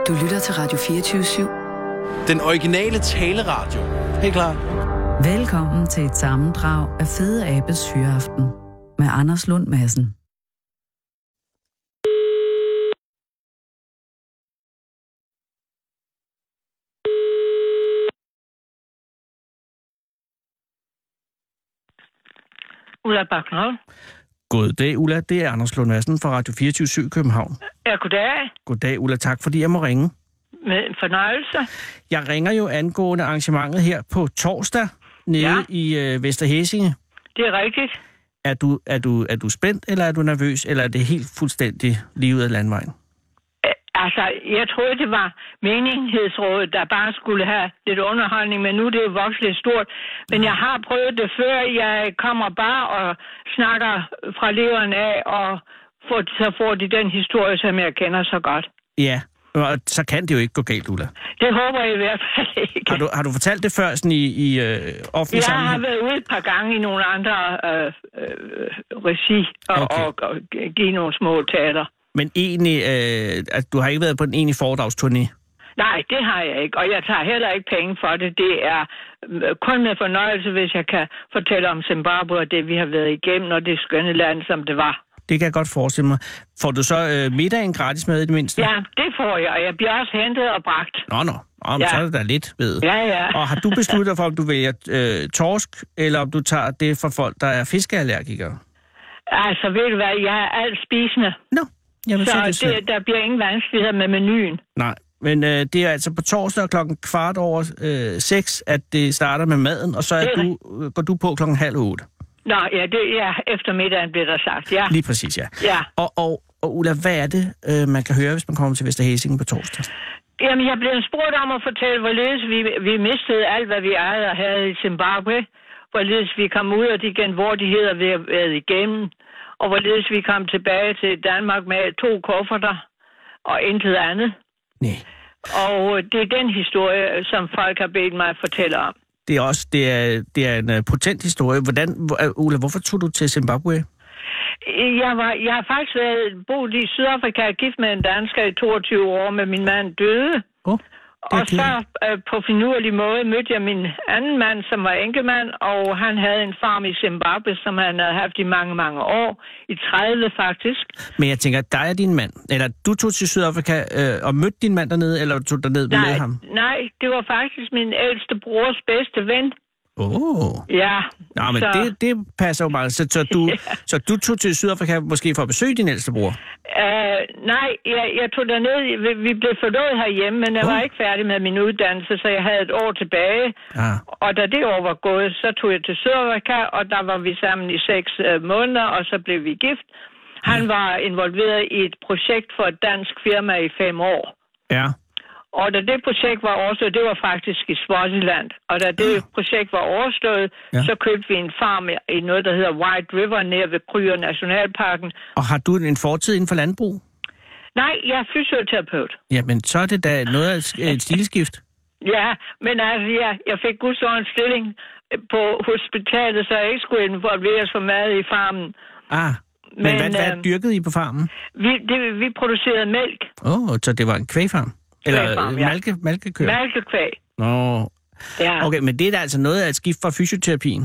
Du lytter til Radio 24/7. Den originale taleradio. Helt klar. Velkommen til et sammendrag af Fede Abes Hyreaften med Anders Lund Madsen. Ulla Bachner. Goddag, Ulla. Det er Anders Lund Madsen fra Radio 24/7 København. Ja, goddag. Goddag, Ulla. Tak, fordi jeg må ringe. Med en fornøjelse. Jeg ringer jo angående arrangementet her på torsdag nede i Vesterhæsinge. Det er rigtigt. Er du spændt, eller er du nervøs, eller er det helt fuldstændig lige ud af landvejen? Altså, jeg troede, det var menighedsrådet, der bare skulle have lidt underholdning, men nu er det jo vokset lidt stort. Men jeg har prøvet det før. Jeg kommer bare og snakker fra leveren af, og så får de den historie, som jeg kender så godt. Ja, og så kan det jo ikke gå galt, Ulla. Det håber jeg i hvert fald ikke. Har du fortalt det før sådan i offentlig sammenhæng? Jeg har været ude et par gange i nogle andre regi og give nogle små teater. Men egentlig, du har ikke været på en egentlig foredragsturné? Nej, det har jeg ikke, og jeg tager heller ikke penge for det. Det er kun med fornøjelse, hvis jeg kan fortælle om Zimbabwe og det, vi har været igennem, og det skønne land, som det var. Det kan jeg godt forestille mig. Får du så middagen gratis med i det mindste? Ja, det får jeg, og jeg bliver også hentet og bragt. Nå. Så er det da lidt, ved. Ja. Og har du besluttet for, om du vælger torsk, eller om du tager det for folk, der er fiskeallergikere? Altså, ved du hvad, jeg er alt spisende. Nå. Jamen, så der bliver ingen vanskeligheder med menuen. Nej, men det er altså på torsdag klokken 6:15, at det starter med maden, og så går du på klokken 7:30. Nå, ja, det er eftermiddagen, bliver der sagt, ja. Lige præcis, ja. Og Ulla, hvad er det, man kan høre, hvis man kommer til Vesterhæsinge på torsdag? Jamen, jeg blev spurgt om at fortælle, hvorledes vi mistede alt, hvad vi ejede og havde i Zimbabwe. Hvorledes vi kom ud af de genvordigheder, vi har været igennem. Og hvorledes vi kom tilbage til Danmark med 2 kufferter og intet andet. Nej. Og det er den historie, som folk har bedt mig at fortælle om. Det er en potent historie. Ulla, hvorfor tog du til Zimbabwe? Jeg har faktisk boet i Sydafrika og gift med en dansker i 22 år, med min mand døde. Og så på finurlig måde mødte jeg min anden mand, som var enkemand, og han havde en farm i Zimbabwe, som han havde haft i mange, mange år. I 30 faktisk. Men jeg tænker, dig er din mand. Eller du tog til Sydafrika og mødte din mand dernede, eller tog derned med ham? Nej, det var faktisk min ældste brors bedste ven. Ja. Nå, men det passer jo meget. Så du tog til Sydafrika måske for at besøge din ældste bror? Nej, jeg tog derned. Vi blev forlovet herhjemme, men jeg var ikke færdig med min uddannelse, så jeg havde et år tilbage. Og da det år var gået, så tog jeg til Sydafrika, og der var vi sammen i 6 måneder, og så blev vi gift. Han var involveret i et projekt for et dansk firma i 5 år. Ja. Og da det projekt var overstået, det var faktisk i Swaziland, og da det projekt var overstået, så købte vi en farm i noget, der hedder White River, nær ved Kruger Nationalparken. Og har du en fortid inden for landbrug? Nej, jeg er fysioterapeut. Jamen, så er det da noget af et stilskift. Ja, men altså, jeg fik gudsordens stilling på hospitalet, så jeg ikke skulle involveres for mad i farmen. Men hvad dyrkede I på farmen? Vi producerede mælk. Så det var en kvægfarm? Eller malkekøer? Malkekvæg. Ja. Okay, men det er da altså noget af et skift fra fysioterapien?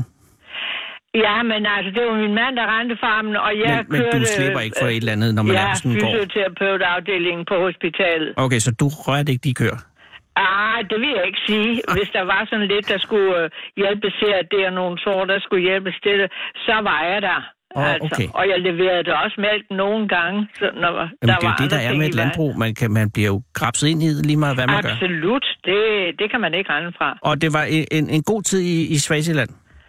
Ja, men altså, det var min mand, der rendte farmen, og jeg kørte... Men du slipper ikke for et eller andet, når man er på sådan en gård? Ja, fysioterapeutafdelingen på hospitalet. Okay, så du rørte ikke de køer? Det vil jeg ikke sige. Hvis der var sådan lidt, der skulle hjælpe til, at det er nogle sår, der skulle hjælpe til det, så var jeg der. Okay. Og jeg leverede det også mælk nogle gange. Så når det er jo det, der er med et landbrug. Man bliver jo grabset ind i det lige meget, hvad man gør. Absolut. Det kan man ikke rende fra. Og det var en god tid i Swaziland?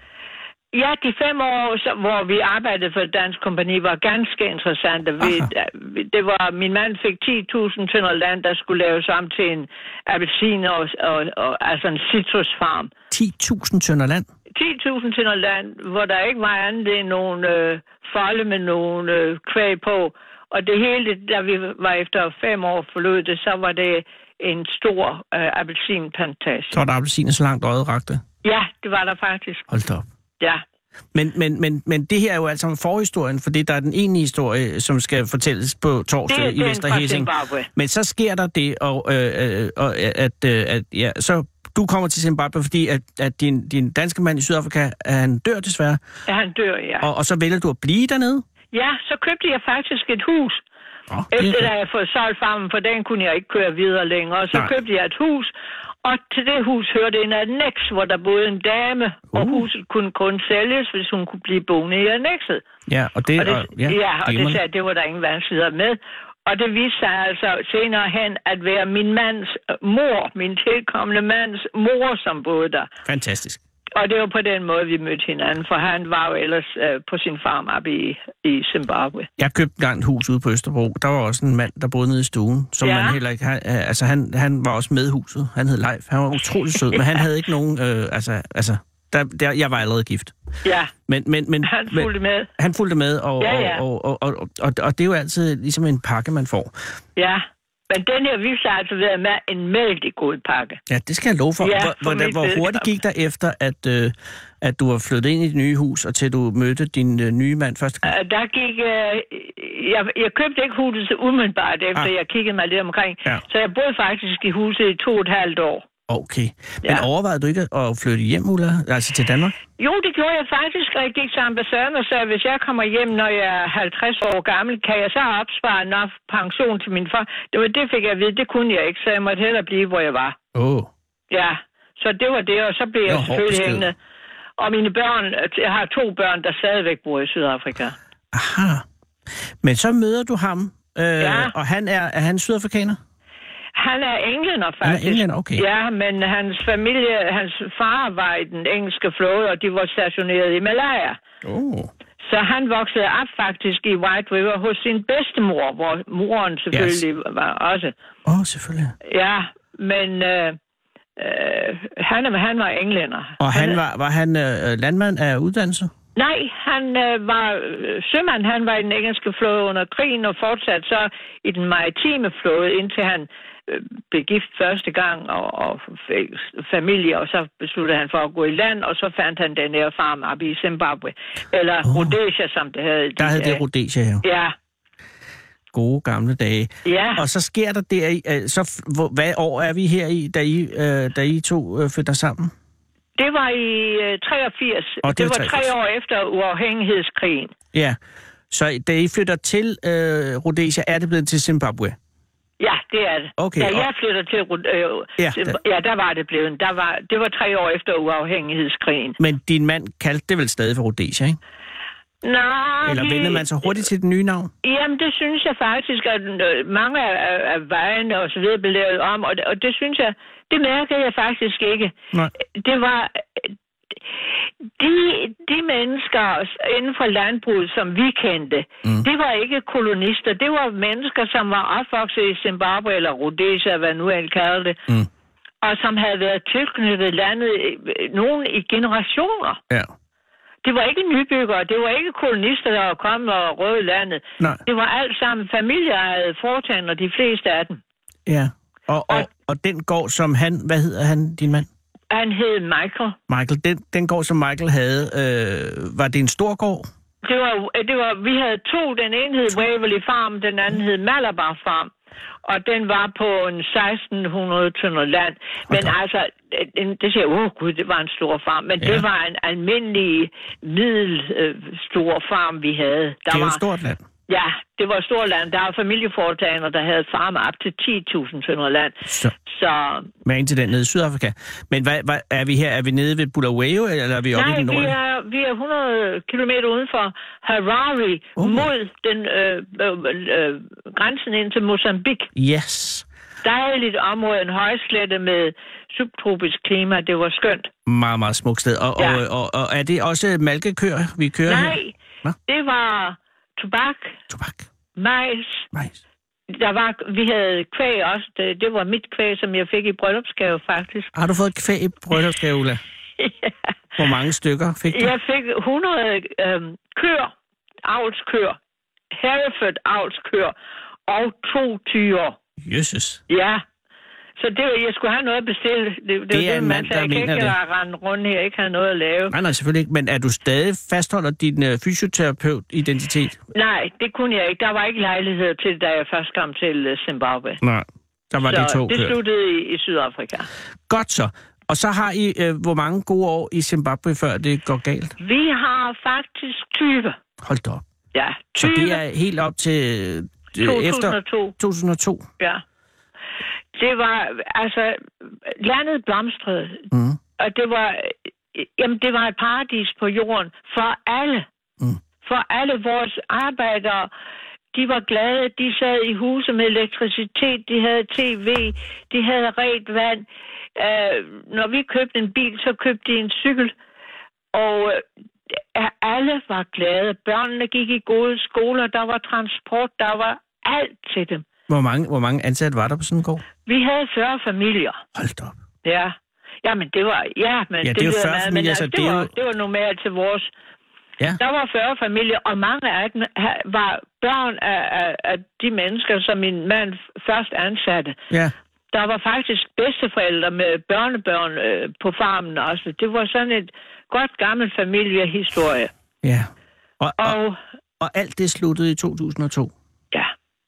Ja, de 5 år, hvor vi arbejdede for et dansk kompagni, var ganske interessante. Det var, min mand fik 10.000 tønder land, der skulle laves om til en appelsin og altså en citrusfarm. 10.000 tønder land? 10.000 tønder land, hvor der ikke var andet end nogle folde med nogle kvæg på. Og det hele, da vi var efter 5 år forlod det, så var det en stor appelsinplantage. Så var der appelsiner så langt øjet rakte? Ja, det var der faktisk. Hold da op. Ja. Men det her er jo altså forhistorien, fordi der er den ene historie, som skal fortælles på torsdag i Vestre Hæsing. Men så sker der det, så du kommer til Zimbabwe, fordi at din danske mand i Sydafrika, han dør desværre. Ja, han dør, ja. Og så vælger du at blive dernede? Ja, så købte jeg faktisk et hus. Efter at jeg havde fået solgt farmen, for den kunne jeg ikke køre videre længere. Så købte jeg et hus, og til det hus hørte en annex, hvor der boede en dame, og huset kunne kun sælges, hvis hun kunne blive boende i annexet. Ja, og det sagde, det var der ingen vanskeligheder med. Og det viste sig altså senere hen at være min mands mor, min tilkommende mands mor, som boede der. Fantastisk. Og det var på den måde, vi mødte hinanden, for han var jo ellers på sin farm oppe i Zimbabwe. Jeg købte engang et hus ude på Østerbro. Der var også en mand, der boede nede i stuen, som man heller ikke... Han var også med huset. Han hed Leif. Han var utrolig sød, men han havde ikke nogen... jeg var allerede gift. Ja, men han fulgte med. Han fulgte med, og det er jo altid ligesom en pakke, man får. Ja. Men den her viste altså været med en vældig god pakke. Ja, det skal jeg love for. Ja, hvor hurtigt gik der efter, at du var flyttet ind i det nye hus, og til du mødte din nye mand første gang? Der gik... Jeg købte ikke huset umiddelbart, efter jeg kiggede mig lidt omkring. Ja. Så jeg boede faktisk i huset i 2,5 år. Okay. Men overvejede du ikke at flytte hjem, Ulla? Altså til Danmark? Jo, det gjorde jeg faktisk, og jeg gik til ambassaden og sagde, at hvis jeg kommer hjem, når jeg er 50 år gammel, kan jeg så opspare nok pension til min far? Det fik jeg at vide, det kunne jeg ikke, så jeg måtte hellere blive, hvor jeg var. Ja, så det var det, og så blev jeg selvfølgelig hængende. Og mine børn, jeg har 2 børn, der stadigvæk bor i Sydafrika. Aha. Men så møder du ham, og er han sydafrikaner? Han er englænder, faktisk. Han er englænder, okay. Ja, men hans familie, hans far var i den engelske flåde, og de var stationeret i Malaya. Så han voksede op faktisk i White River hos sin bedstemor, hvor moren selvfølgelig var også. Selvfølgelig. Ja, men han var englænder. Og var han landmand af uddannelse? Nej, han var sømand. Han var i den engelske flåde under krigen og fortsatte så i den maritime flåde, indtil han blev gift første gang og fik familie, og så besluttede han for at gå i land, og så fandt han den her farm op i Zimbabwe. Eller Rhodesia, som det hed. Der hed det Rhodesia, ja. Gode gamle dage. Ja. Og så sker der hvad år er vi her i, da I to flytter sammen? Det var i 83. Det var 3 år efter uafhængighedskrigen. Ja, så da I flytter til Rhodesia, er det blevet til Zimbabwe? Ja, det er det. Okay, da jeg flytter til der var det blevet. Det var 3 år efter uafhængighedskrigen. Men din mand kaldte det vel stadig for Rhodesia, ikke? Nej. Eller vendte man så hurtigt til det nye navn? Jamen, det synes jeg faktisk, at mange af vejene og så videre blev lavet om, og det synes jeg, det mærkede jeg faktisk ikke. Nej. Det var de mennesker inden for landbruget, som vi kendte, det var ikke kolonister. Det var mennesker, som var opvokset i Zimbabwe eller Rhodesia, hvad nu end kalder det, og som havde været tilknyttet landet nogen i generationer. Ja. Det var ikke nybyggere, det var ikke kolonister, der var kommet og røde landet. Nej. Det var alt sammen familieejede foretagender, de fleste af dem. Ja, og den gård, som hvad hedder han, din mand? Han hed Michael. Michael, den gård, som Michael havde, var det en stor gård? Vi havde 2. Den ene hed Waverly Farm, den anden hed Malabar Farm. Og den var på en 1600 tønder land. Men altså, det siger gud, det var en stor farm. Men det var en almindelig middelstor farm, vi havde. Det var et stort land. Ja, det var et stort land. Der var familieforetagender, der havde farmer op til 10.000 tønder land. Så... Men ind til den nede i Sydafrika. Men hvad er vi her? Er vi nede ved Bulawayo, eller er vi oppe i den nord? Nej, vi er 100 kilometer uden for Harare, mod den grænsen ind til Mozambique. Yes. Dejligt område, en højslette med subtropisk klima. Det var skønt. Meget, meget smukt sted. Og er det også malkekøer, vi kører her? Nej, det var... Tobak. Mais. Vi havde kvæg også. Det var mit kvæg, som jeg fik i bryllupsgave, faktisk. Har du fået kvæg i bryllupsgave, Ulla? Ja. Hvor mange stykker fik du? Jeg fik 100 avlskøer, Hereford avlskøer og 2 tyre. Jesus. Ja. Så jeg skulle have noget at bestille. Det er en mand, der mener det. Jeg kan ikke rende rundt her, ikke have noget at lave. Nej, selvfølgelig ikke. Men er du stadig fastholder din fysioterapeut-identitet? Nej, det kunne jeg ikke. Der var ikke lejlighed til, da jeg først kom til Zimbabwe. Nej, der var det to det sluttede i Sydafrika. Godt så. Og så har I hvor mange gode år i Zimbabwe, før det går galt? Vi har faktisk 20. Hold da op. Ja, 20. Så det er helt op til 2002. 2002? Ja. Det var, altså, landet blomstrede. Mm. Og det var et paradis på jorden for alle. Mm. For alle vores arbejdere. De var glade, de sad i huse med elektricitet, de havde tv, de havde rent vand. Når vi købte en bil, så købte de en cykel. Og alle var glade. Børnene gik i gode skoler, der var transport, der var alt til dem. Hvor mange ansatte var der på sådan en gård? Vi havde 40 familier. Hold da op. Ja. Jamen, det var... Ja, men det er jo 40 familier, men, altså, så det var normalt til vores... Ja. Der var 40 familier, og mange af dem var børn af de mennesker, som min mand først ansatte. Ja. Der var faktisk bedsteforældre med børnebørn på farmen også. Det var sådan et godt gammelt familiehistorie. Ja. Og alt det sluttede i 2002? Ja.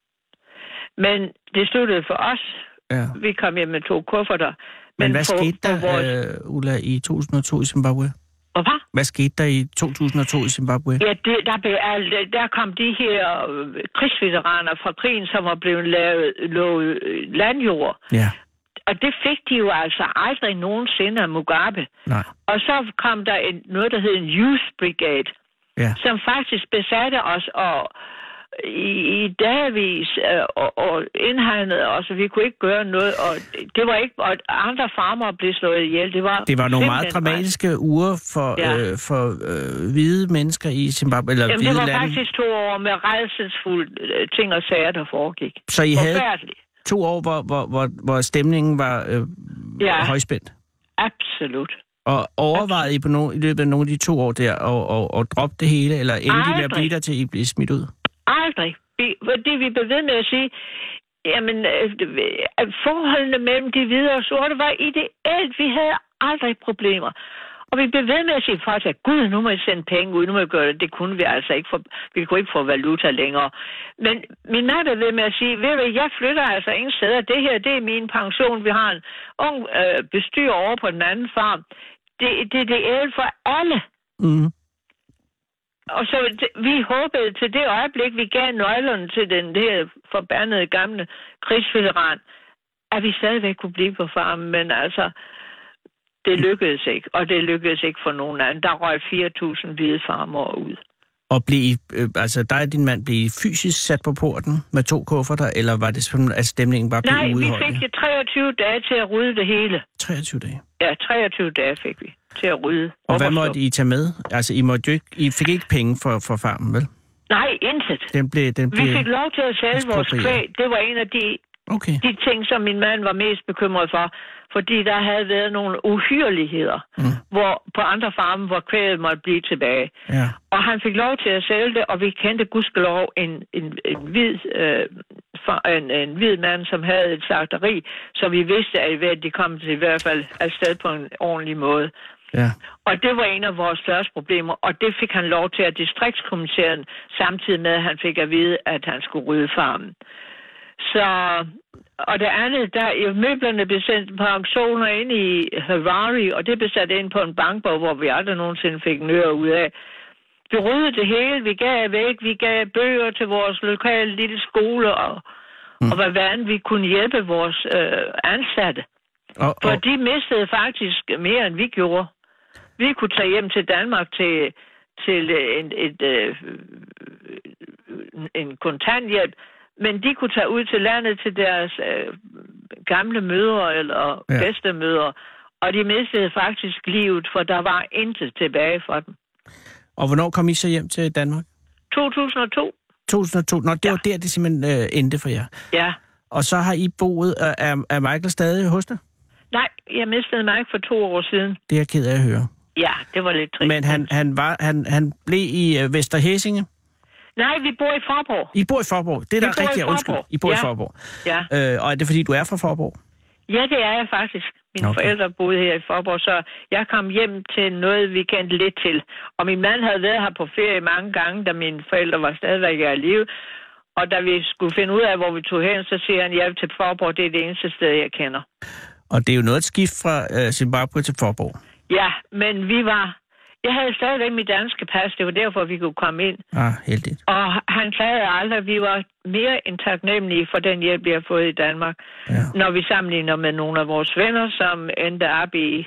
Men det sluttede for os. Ja. Vi kom hjem med 2 kufferter. Men hvad skete der, Ulla, i 2002 i Zimbabwe? Hvad skete der i 2002 i Zimbabwe? Ja, der kom de her krigsveteraner fra krigen, som var blevet lovet landjord. Ja. Og det fik de jo altså aldrig nogensinde af Mugabe. Nej. Og så kom der noget, der hed en Youth Brigade, som faktisk besatte os og i dagvis og indhandlede os, og vi kunne ikke gøre noget, og det var ikke, og andre farmere blev slået ihjel. Det var nogle meget dramatiske uger for hvide mennesker i Zimbabwe, eller hvide lande. Det var faktisk 2 år med rædselsfulde ting og sager, der foregik. Så I havde 2 år, hvor stemningen var højspændt? Absolut. Og overvejede I i løbet af nogle af de 2 år der og droppe det hele, eller endte I med at blive der, til I blev smidt ud? Aldrig. Det vi blev ved med at sige, jamen, forholdene mellem de hvide og sorte var ideelt. Vi havde aldrig problemer. Og vi blev ved med at sige faktisk, at gud, nu må I sende penge ud, nu må I gøre det. Det kunne vi altså ikke, vi kunne ikke få valuta længere. Men min mand blev ved med at sige, ved du, jeg flytter altså ingen steder. Det her, det er min pension. Vi har en ung bestyrer over på den anden farm. Det er ideelt for alle. Mm. Og så vi håbede til det øjeblik, vi gav nøglerne til den der forbandede gamle krigsveteran, at vi stadigvæk kunne blive på farmen. Men altså, det lykkedes ikke. Og det lykkedes ikke for nogen anden. Der røg 4.000 hvide farmere ud. Og dig og din mand blev fysisk sat på porten med 2 kufferter, eller var det sådan, at stemningen bare blev uudholdelig? Nej, vi fik 23 dage til at rydde det hele. 23 dage? Ja, 23 dage fik vi til at rydde. Og hvad måtte I tage med? Altså, I fik ikke penge for farmen, vel? Nej, intet. Vi fik lov til at sælge vores kvæg. Det var en af de ting, som min mand var mest bekymret for. Fordi der havde været nogle uhyreligheder, hvor på andre farme, hvor kvæget måtte blive tilbage. Ja. Og han fik lov til at sælge det, og vi kendte gudskelov en hvid mand, som havde et slagteri, så vi vidste, at de kom til i hvert fald afsted på en ordentlig måde. Ja. Og det var en af vores største problemer, og det fik han lov til at distriktskommunicere samtidig med, at han fik at vide, at han skulle rydde farmen. Så, og det andet, møblerne blev sendt på auktioner ind i Harare, og det blev sat ind på en bankbog, hvor vi aldrig nogensinde fik en øre ud af. Vi ryddede det hele, vi gav væk, vi gav bøger til vores lokale lille skole, og hvordan vi kunne hjælpe vores ansatte. For de mistede faktisk mere, end vi gjorde. Vi kunne tage hjem til Danmark til en kontanthjælp, men de kunne tage ud til landet til deres gamle mødre eller bedstemødre, og de mistede faktisk livet, for der var intet tilbage for dem. Og hvornår kom I så hjem til Danmark? 2002. 2002? Nå, det var der, det simpelthen endte for jer. Ja. Og så har I boet... Er Michael stadig hos dig? Nej, jeg mistede Michael for 2 år siden. Det er jeg ked af at høre. Ja, det var lidt trist. Men han blev i Vester Hæsinge? Nej, vi bor i Faaborg. I bor i Faaborg? Det er da rigtigt, undskyld. I bor i Faaborg. Ja. Og er det fordi, du er fra Faaborg? Ja, det er jeg faktisk. Mine forældre boede her i Faaborg, så jeg kom hjem til noget, vi kendte lidt til. Og min mand havde været her på ferie mange gange, da mine forældre var stadigvæk i live. Og da vi skulle finde ud af, hvor vi tog hen, så siger han, ja, til Faaborg, det er det eneste sted, jeg kender. Og det er jo noget et skift fra Zimbabwe til Faaborg. Ja, men jeg havde stadigvæk mit danske pas, det var derfor, vi kunne komme ind. Heldigt. Og han klagede aldrig, vi var mere end taknemmelige for den hjælp, vi har fået i Danmark. Ja. Når vi sammenligner med nogle af vores venner, som endte op i,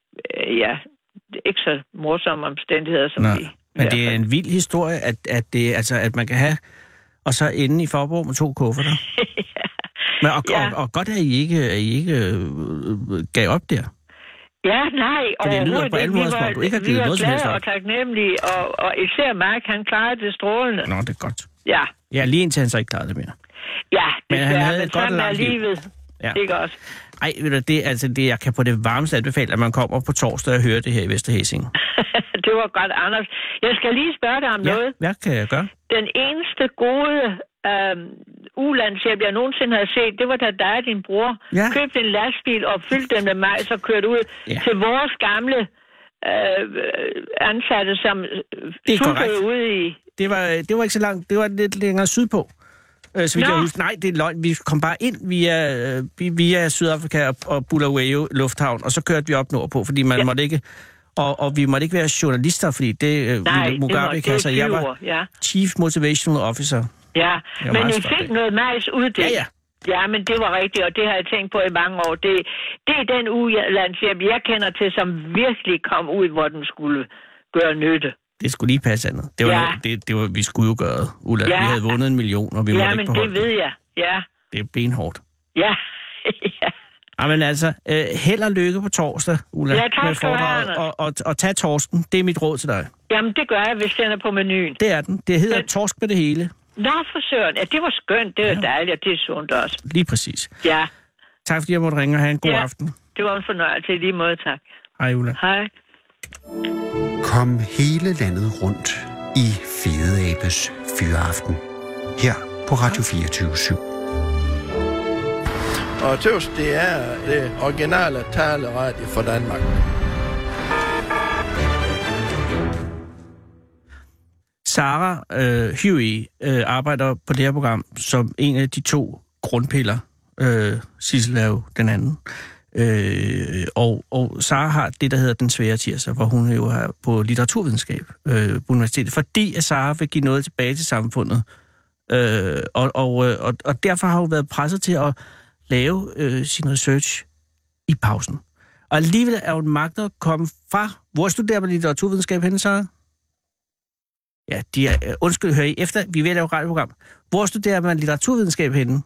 ikke så morsomme omstændigheder, som vi... Men det er en vild historie, at man kan have, og så inde i Faaborg med 2 kufferter. Ja. Men, og godt, at I ikke gav op der. Ja, nej, og det lyder på alle måder, som du ikke har givet noget som helst op. Vi var glade og taknemmelige, og især Mark, han klarede det strålende. Nå, det er godt. Ja. Ja, lige indtil han så ikke klarede det mere. Ja, men han havde et godt langt livet. Ja. Ikke også? Ej, ved du, jeg kan på det varmeste anbefale, at man kommer på torsdag og hører det her i Vesterhæsing. Det var godt, Anders. Jeg skal lige spørge dig om noget. Hvad kan jeg gøre? Den eneste gode ulandshjælp, jeg nogensinde har set, det var da dig og din bror købte en lastbil og fyldte den med majs og kørte ud til vores gamle ansatte, som sultede ude i... Det var ikke så langt. Det var lidt længere sydpå. Så vi kan huske, nej, det er løgn. Vi kom bare ind via Sydafrika og Bulawayo Lufthavn, og så kørte vi op nordpå, fordi man måtte ikke... Og vi måtte ikke være journalister, fordi det Mugabe kan sige. Jeg var Chief Motivational Officer. Ja, men I fik noget majs uddelt. Ja. Ja, men det var rigtigt, og det har jeg tænkt på i mange år. Det er den ulandshjælp, jeg kender til, som virkelig kom ud, hvor den skulle gøre nytte. Det skulle lige passe andet. Det var, vi skulle jo gøre uland. Vi havde vundet 1 million, og vi måtte ikke beholde det. Ja, men det ved jeg. Ja. Det er benhårdt. Ja. Men altså, held og lykke på torsdag, Ulla. Ja, tak skal du have, og tag torsken. Det er mit råd til dig. Jamen, det gør jeg, hvis den er på menuen. Det er den. Det hedder torsk med det hele. Nå, for søren. Ja, det var skønt. Det var dejligt, og det er sundt også. Lige præcis. Ja. Tak, fordi jeg måtte ringe og have en god aften. Det var en fornøjelse. I lige måde, tak. Hej, Ulla. Hej. Kom hele landet rundt i Fede Abes Fyraften. Her på Radio 24/7. Og tøvs, det er det originale taleradio for Danmark. Sarah Huey arbejder på det her program som en af de 2 grundpiller. Sissel er jo den anden. Og Sarah har det, der hedder den svære tirsdag, hvor hun jo er på litteraturvidenskab på universitetet, fordi at Sarah vil give noget tilbage til samfundet. Og derfor har hun været presset til at lave sin research i pausen. Og alligevel er hun magter at komme fra... Hvor studerer man litteraturvidenskab henne, Sarah? Ja, undskyld, hør I efter. Vi vil lave et radioprogram. Hvor studerer man litteraturvidenskab henne?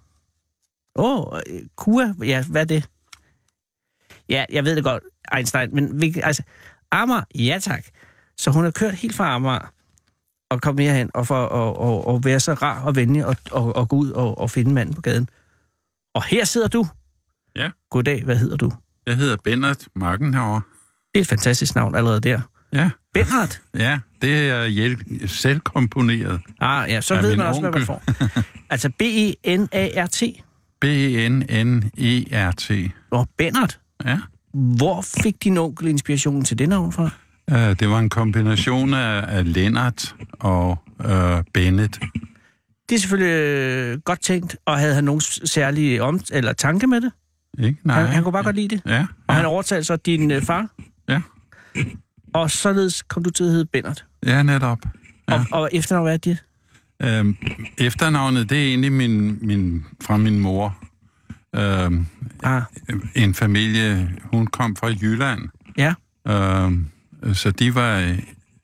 KUA? Ja, hvad er det? Ja, jeg ved det godt, Einstein, men Amager? Ja, tak. Så hun har kørt helt fra Amager og kommet herhen og for at være så rar og venlig og gå ud og finde manden på gaden. Og her sidder du. Ja. Goddag, hvad hedder du? Jeg hedder Bennert Markenhauer. Det er et fantastisk navn allerede der. Ja. Bennert? Ja, det er selv komponeret. Ja, så ved man også, hvad man får. Altså B-E-N-A-R-T? B-E-N-N-E-R-T. Bennert? Ja. Hvor fik din onkel inspirationen til det navn fra? Det var en kombination af Lennart og Bennett. Det er selvfølgelig godt tænkt, og havde han nogen særlige eller tanke med det? Ikke? Nej. Han kunne bare godt lide det? Ja. Og han overtalte så din far? Ja. Og således kom du til at hedde Bennert? Ja, netop. Ja. Og efternavnet, hvad er det? Efternavnet, det er egentlig fra min mor. En familie, hun kom fra Jylland. Ja. Så de var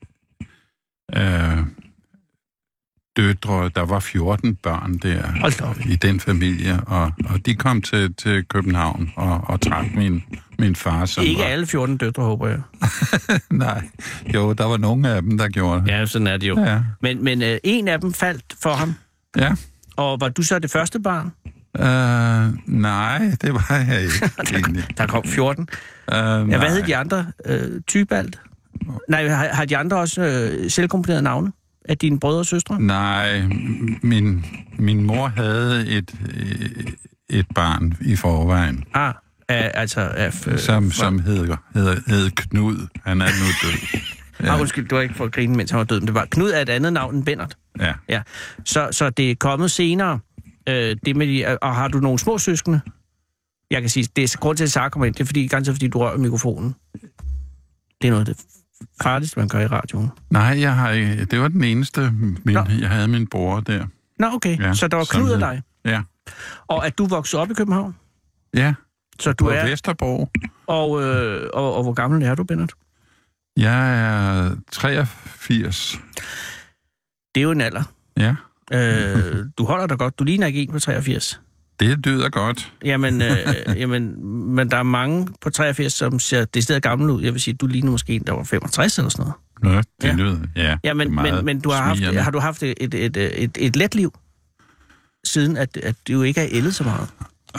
døtre, der var 14 børn der i den familie, og de kom til København og trak min far. Som ikke alle 14 døtre, håber jeg. Nej, jo, der var nogle af dem, der gjorde det. Ja, sådan er det jo. Ja. Men en af dem faldt for ham. Ja. Og var du så det første barn? Nej, det var jeg ikke. Der kom 14. Hvad hed de andre? Tybalt? Nej, har de andre også selvkomponerede navne af dine brødre og søstre? Nej, min mor havde et barn i forvejen. Som hedder Knud. Han er nu død. Ja. Undskyld, det var ikke for at grine, mens han var død. Det var Knud er et andet navn end Bennert. Ja. Så det er kommet senere. Det med og har du nogle små søskende? Jeg kan sige, det er grund til, at jeg kommer ind. Det er ganske fordi du rører mikrofonen. Det er noget af det farligste, man gør i radioen. Nej, jeg har ikke. Det var den eneste. Jeg havde min bror der. Nå, okay. Ja, så der var Knud af dig? Ja. Og at du voksede op i København? Ja, så du på Vesterbro. Og hvor gammel er du, Bennert? Jeg er 83. Det er jo en alder. Ja. Du holder dig godt. Du ligner ikke en på 83. Det lyder godt. Jamen, men der er mange på 83, som ser det stedet gammel ud. Jeg vil sige, du ligner måske en, der var 65 eller sådan noget. Nå, det lyder, ja. Men du har du haft et let liv, siden at du jo ikke har ældet så meget?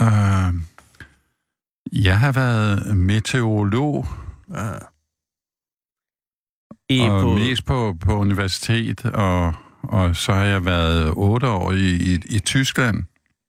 Jeg har været meteorolog. Mest på universitet, og så har jeg været 8 år i Tyskland.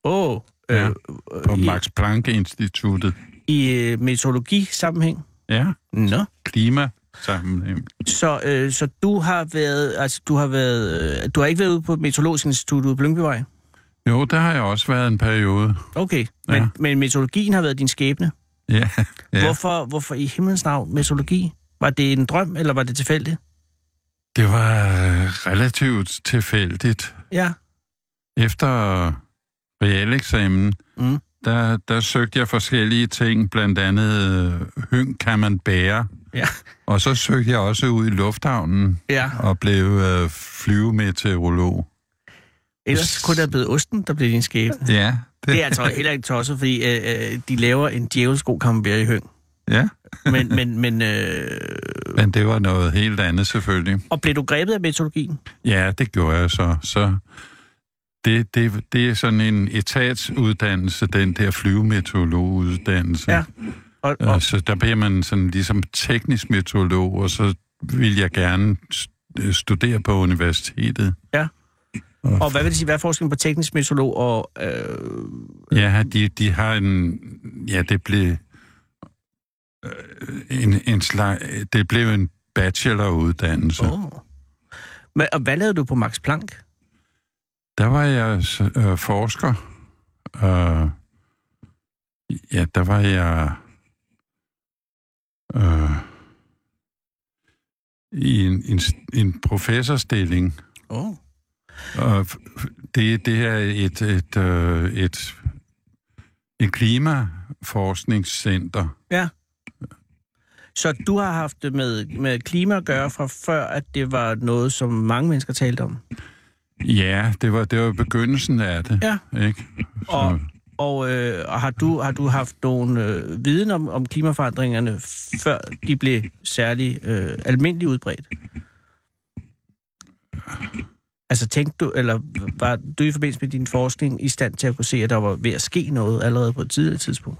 På Max Planck-instituttet. I meteorologi-sammenhæng? Ja. Nå. Klimasammenhæng. Så du har været, du har ikke været ude på Meteorologisk Institut ude på Lyngbyvej? Jo, der har jeg også været en periode. Okay, men meteorologien har været din skæbne? Ja. Hvorfor i himlens navn meteorologi? Var det en drøm, eller var det tilfældigt? Det var relativt tilfældigt. Ja. Efter realeksamen, der søgte jeg forskellige ting, blandt andet høng kan man bære. Ja. Og så søgte jeg også ud i lufthavnen og blev flyvemeteorolog. Ellers kunne der blive osten, der blev din skæbne. Ja. Det er altså heller ikke tosset, fordi de laver en djævelsk god camembert i høng. Ja. Men det var noget helt andet, selvfølgelig. Og blev du grebet af meteorologien? Ja, det gjorde jeg så. Så det er sådan en etatsuddannelse, den der flyvemeteorologuddannelse. Ja. Så der bliver man sådan ligesom teknisk meteorolog, og så vil jeg gerne studere på universitetet. Ja. Og hvad vil det sige, hvad er forskellen på teknisk meteorolog og... Ja, de har en... Ja, det blev... det blev en bacheloruddannelse. Men, og hvad lavede du på Max Planck? Der var jeg forsker. Der var jeg i en professorstilling. Det er et klimaforskningscenter. Ja. Så du har haft det med klima at gøre fra før, at det var noget, som mange mennesker talte om? Ja, det var begyndelsen af det. Ja. Ikke? Og har du haft nogen viden om klimaforandringerne, før de blev særlig almindeligt udbredt? Altså tænkte du, eller var du i forbindelse med din forskning i stand til at kunne se, at der var ved at ske noget allerede på et tidligt tidspunkt?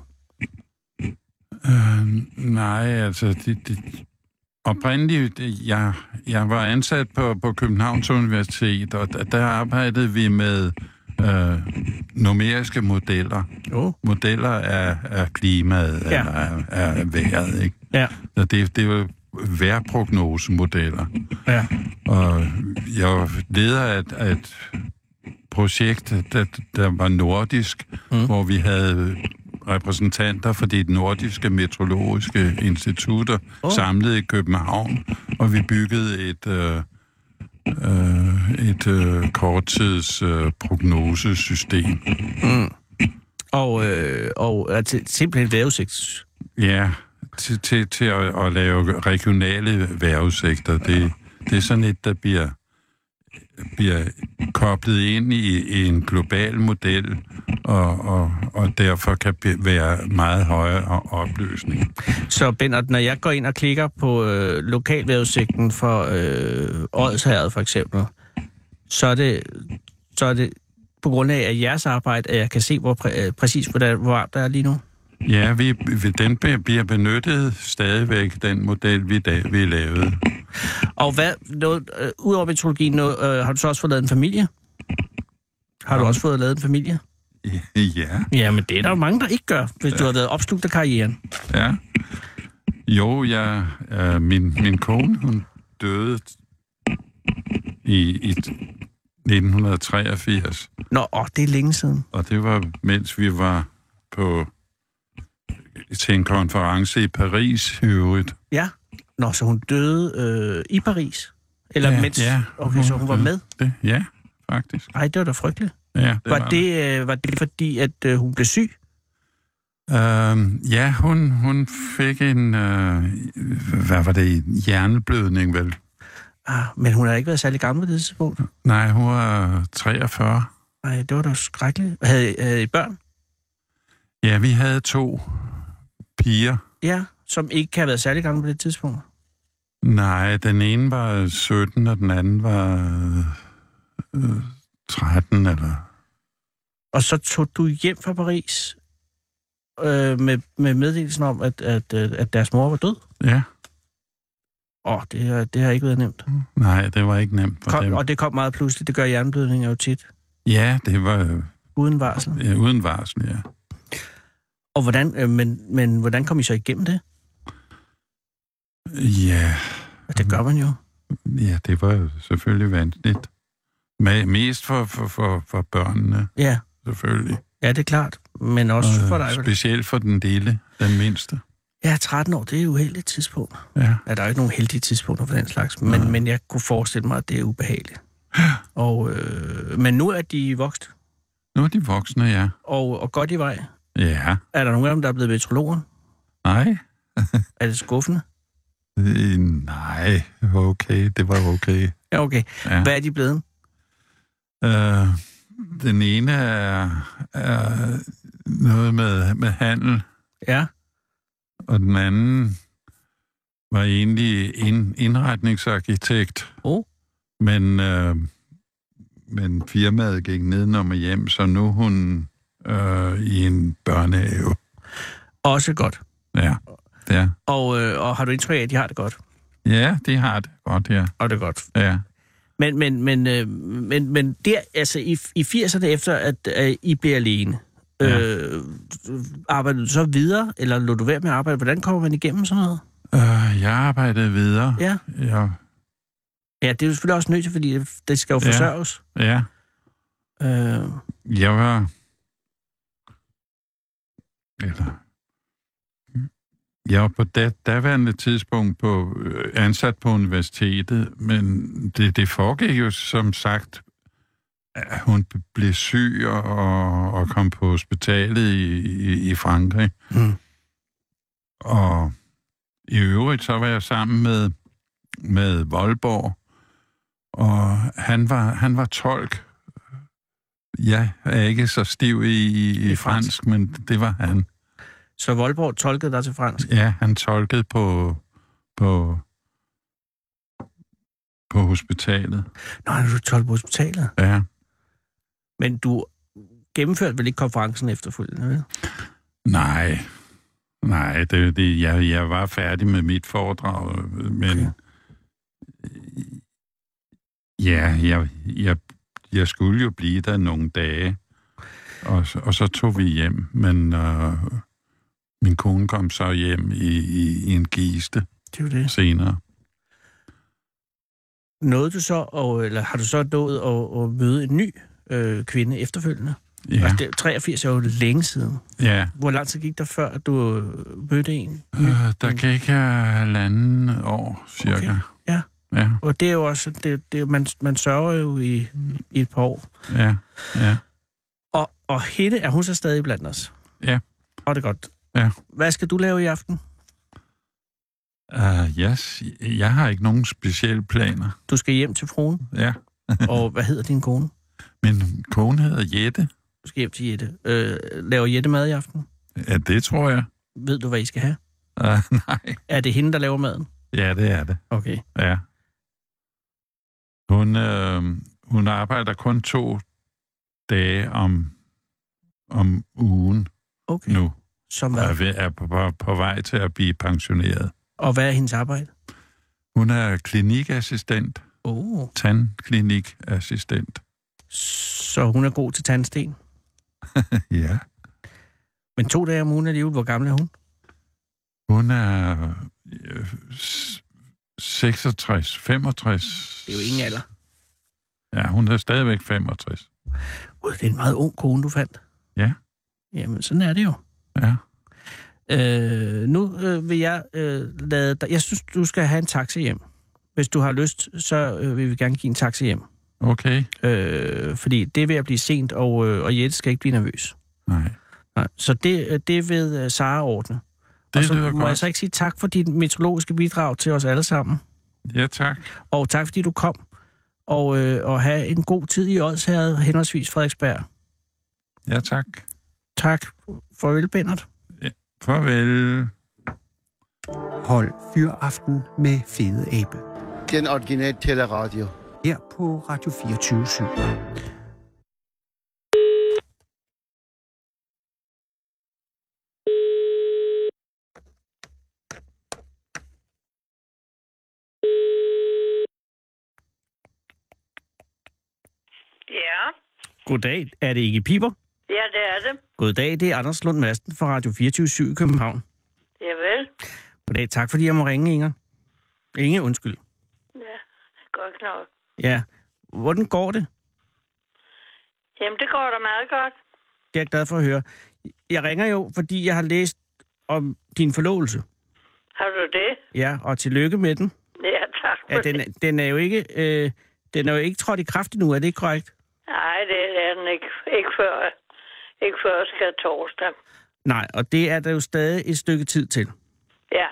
Nej, altså oprindeligt, jeg var ansat på Københavns Universitet, og der arbejdede vi med numeriske modeller. Modeller af klimaet, eller af vejret, ikke? Ja. Så det var vejrprognosemodeller. Ja. Og jeg leder af et projekt, der var nordisk, hvor vi havde repræsentanter for de nordiske meteorologiske institutter samlet i København, og vi byggede et korttids prognosesystem. Og simpelthen vejrudsigt. Ja, til at lave regionale vejrudsigter. Det er sådan et, der bliver koblet ind i en global model, og derfor kan være meget højere opløsning. Så Bennert, når jeg går ind og klikker på lokalvejrudsigten for Odsherred for eksempel, så er det på grund af jeres arbejde, at jeg kan se, præcis hvor varmt der er lige nu? Ja, den bliver benyttet stadigvæk, den model, vi lavede. Og udover meteorologien, har du så også fået lavet en familie? Har du også fået lavet en familie? Ja. Ja, men det er der jo mange, der ikke gør, hvis du har været opslugt af karrieren. Ja. Jo, min kone, hun døde i 1983. Nå, det er længe siden. Og det var, mens vi var til en konference i Paris i øvrigt. Ja. Nå, så hun døde i Paris? Eller ja, mens? Ja. Okay, så hun var med? Ja, faktisk. Ej, det var da frygteligt. Ja, var det fordi, at hun blev syg? Ja, hun fik en, hvad var det, hjerneblødning vel? Men hun har ikke været særlig gammel på det tidspunkt? Nej, hun var 43. Nej, det var da skrækkeligt. Havde I børn? Ja, vi havde 2 piger. Ja, som ikke kan have været særlig gamle på det tidspunkt? Nej, den ene var 17, og den anden var 13, eller... Og så tog du hjem fra Paris med meddelelsen om, at deres mor var død? Ja. Det har ikke været nemt. Nej, det var ikke nemt for dem. Og det kom meget pludseligt. Det gør hjerneblødninger jo tit. Ja, det var... Uden varsel? Ja, uden varsel, ja. Og hvordan, men hvordan kom I så igennem det? Ja... Det gør man jo. Ja, det var jo selvfølgelig vanskeligt. Mest for børnene. Ja. Selvfølgelig. Ja, det er klart. Men også for dig. Specielt for den lille, den mindste. Ja, 13 år, det er jo et heldigt tidspunkt. Ja. Der er jo ikke nogen heldige tidspunkter for den slags, men jeg kunne forestille mig, at det er ubehageligt. Men nu er de vokst. Nu er de voksne, ja. Og godt i vej. Ja. Er der nogen af dem, der er blevet meteorologer? Nej. Er det skuffende? Nej, okay. Det var okay. Ja, okay. Ja. Hvad er de blevet? Den ene er noget med handel. Ja. Og den anden var egentlig indretningsarkitekt. Men firmaet gik nedenom og hjem, så nu er hun i en børnehave. Også godt. Ja. Ja. Og har du indtryk af, at de har det godt? Ja, de har det godt, ja. Og det er godt. Ja. Men der, altså i 80'erne efter, at I blev alene, arbejdede du så videre, eller lod du være med at arbejde? Hvordan kommer man igennem sådan noget? Jeg arbejdede videre. Ja. Ja, det er jo selvfølgelig også nødt til, fordi det skal jo forsørges. Ja. Jeg var... Jeg var på daværende tidspunkt ansat på universitetet, men det foregik jo som sagt, at hun blev syg og kom på hospitalet i Frankrig. Og i øvrigt så var jeg sammen med Voldborg, og han var tolk. Jeg er ikke så stiv i fransk, men det var han. Så Voldborg tolkede dig til fransk? Ja, han tolkede på hospitalet. Nå, du tolkede på hospitalet? Ja. Men du gennemførte vel ikke konferencen efterfølgende, vel? Nej, jeg var færdig med mit foredrag, men okay. Jeg skulle jo blive der nogle dage, og så tog vi hjem, men min kone kom så hjem i en kiste senere. Nåede du så, eller har du så nået at møde en ny kvinde efterfølgende? Ja. Altså, 83 er jo længe siden. Ja. Hvor lang tid gik der før, at du mødte en? Der gik 1,5 år, cirka. Okay. Ja. Og det er jo også, man sørger jo i et par år. Ja. Og hende, er hun så stadig blandt os? Ja. Og det er godt. Ja. Hvad skal du lave i aften? Jeg har ikke nogen specielle planer. Du skal hjem til fruen? Ja. Og hvad hedder din kone? Min kone hedder Jette. Du skal hjem til Jette. Laver Jette mad i aften? Ja, det tror jeg. Ved du, hvad I skal have? Nej. Er det hende, der laver maden? Ja, det er det. Okay. Ja. Hun arbejder kun 2 dage om ugen nu. Som hvad? Og er på vej til at blive pensioneret. Og hvad er hendes arbejde? Hun er klinikassistent. Tandklinikassistent. Så hun er god til tandsten? Ja. Men 2 dage om ugen alligevel, hvor gammel er hun? Hun er 66, 65. Det er jo ingen alder. Ja, hun er stadigvæk 65. Det er en meget ung kone, du fandt. Ja. Jamen, sådan er det jo. Ja. Nu vil jeg lade dig... Jeg synes, du skal have en taxa hjem. Hvis du har lyst, så vil vi gerne give en taxa hjem. Okay. Fordi det er ved at blive sent, og Jette skal ikke blive nervøs. Nej. Så det vil Sara ordne. Det og så lyder må godt. jeg så ikke sige tak for dit meteorologiske bidrag til os alle sammen. Ja, tak. Og tak fordi du kom. Og have en god tid i Odsherred, henholdsvis Frederiksberg. Ja, tak. Tak. Farvel, Bennert. Ja, farvel. Hold Fyraften med Fede Abe. Den originale teleradio. Her på Radio 24/7. Ja. Goddag. Er det ikke Piber? Ja, det er det. Goddag, det er Anders Lund Madsen fra Radio 24/7 i København. Javel. Goddag, tak fordi jeg må ringe, Inger. Inge, undskyld. Ja, godt nok. Ja, hvordan går det? Jamen, det går da meget godt. Det er jeg glad for at høre. Jeg ringer jo, fordi jeg har læst om din forlovelse. Har du det? Ja, og tillykke med den. Ja, tak for det. Den er jo ikke trådt i kraft endnu, er det ikke korrekt? Nej, det er den ikke. Ikke før skal torsdag. Nej, og det er der jo stadig et stykke tid til. Ja.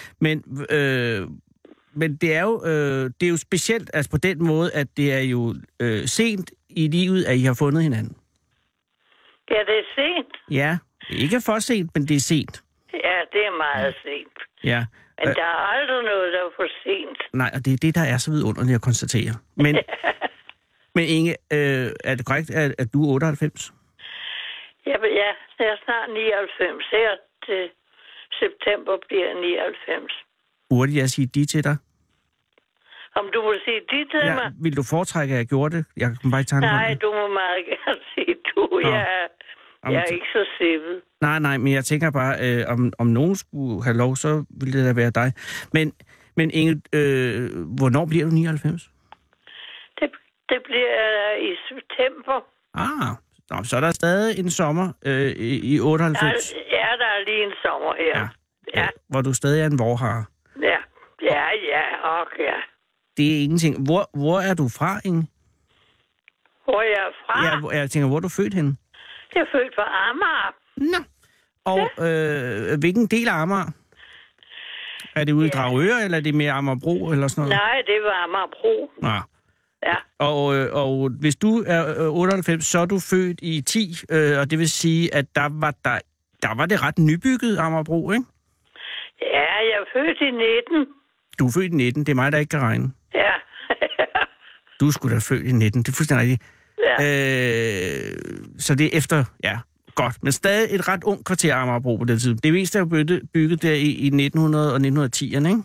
Men det er jo specielt altså på den måde, at det er jo sent i livet, at I har fundet hinanden. Ja, det er sent. Ja, ikke for sent, men det er sent. Ja, det er meget sent. Ja. Men der er aldrig noget, der er for sent. Nej, og det er det, der er så vidunderligt at konstatere. Men Inge, er det korrekt, at du er 98? Ja, jeg er snart 99. Her til september bliver jeg 99. Burde jeg sige de til dig? Om du må sige de til mig? Vil du foretrække, at jeg gjorde det? Jeg kan bare ikke tage Nej, du må meget gerne sige du. Jeg er ikke så sippet. Nej, men jeg tænker bare, om nogen skulle have lov, så ville det da være dig. Men Inge, hvornår bliver du 99? Det bliver i september. Så er der stadig en sommer i 98. Ja, der er lige en sommer her. Ja. Hvor du stadig er en vorhare. Ja, ja. Det er ingenting. Hvor er du fra, Inge? Hvor jeg er fra? Ja, jeg tænker, hvor er du født henne? Jeg er født på Amager. Nå. Og hvilken del af Amager? Er det ude i Dragør, eller er det mere Amagerbro, eller sådan noget? Nej, det var Amagerbro. Ja. Og hvis du er 98, så er du født i 10, og det vil sige, at der var det ret nybygget Amagerbro, ikke? Ja, jeg er født i 19. Du er født i 19, det er mig, der ikke kan regne. Ja. Du er sgu da født i 19, det er fuldstændig rigtigt. Ja. Så det er efter, ja, godt. Men stadig et ret ung kvarter Amagerbro på den tid. Det meste er jo bygget der i 1900 og 1910'erne, ikke?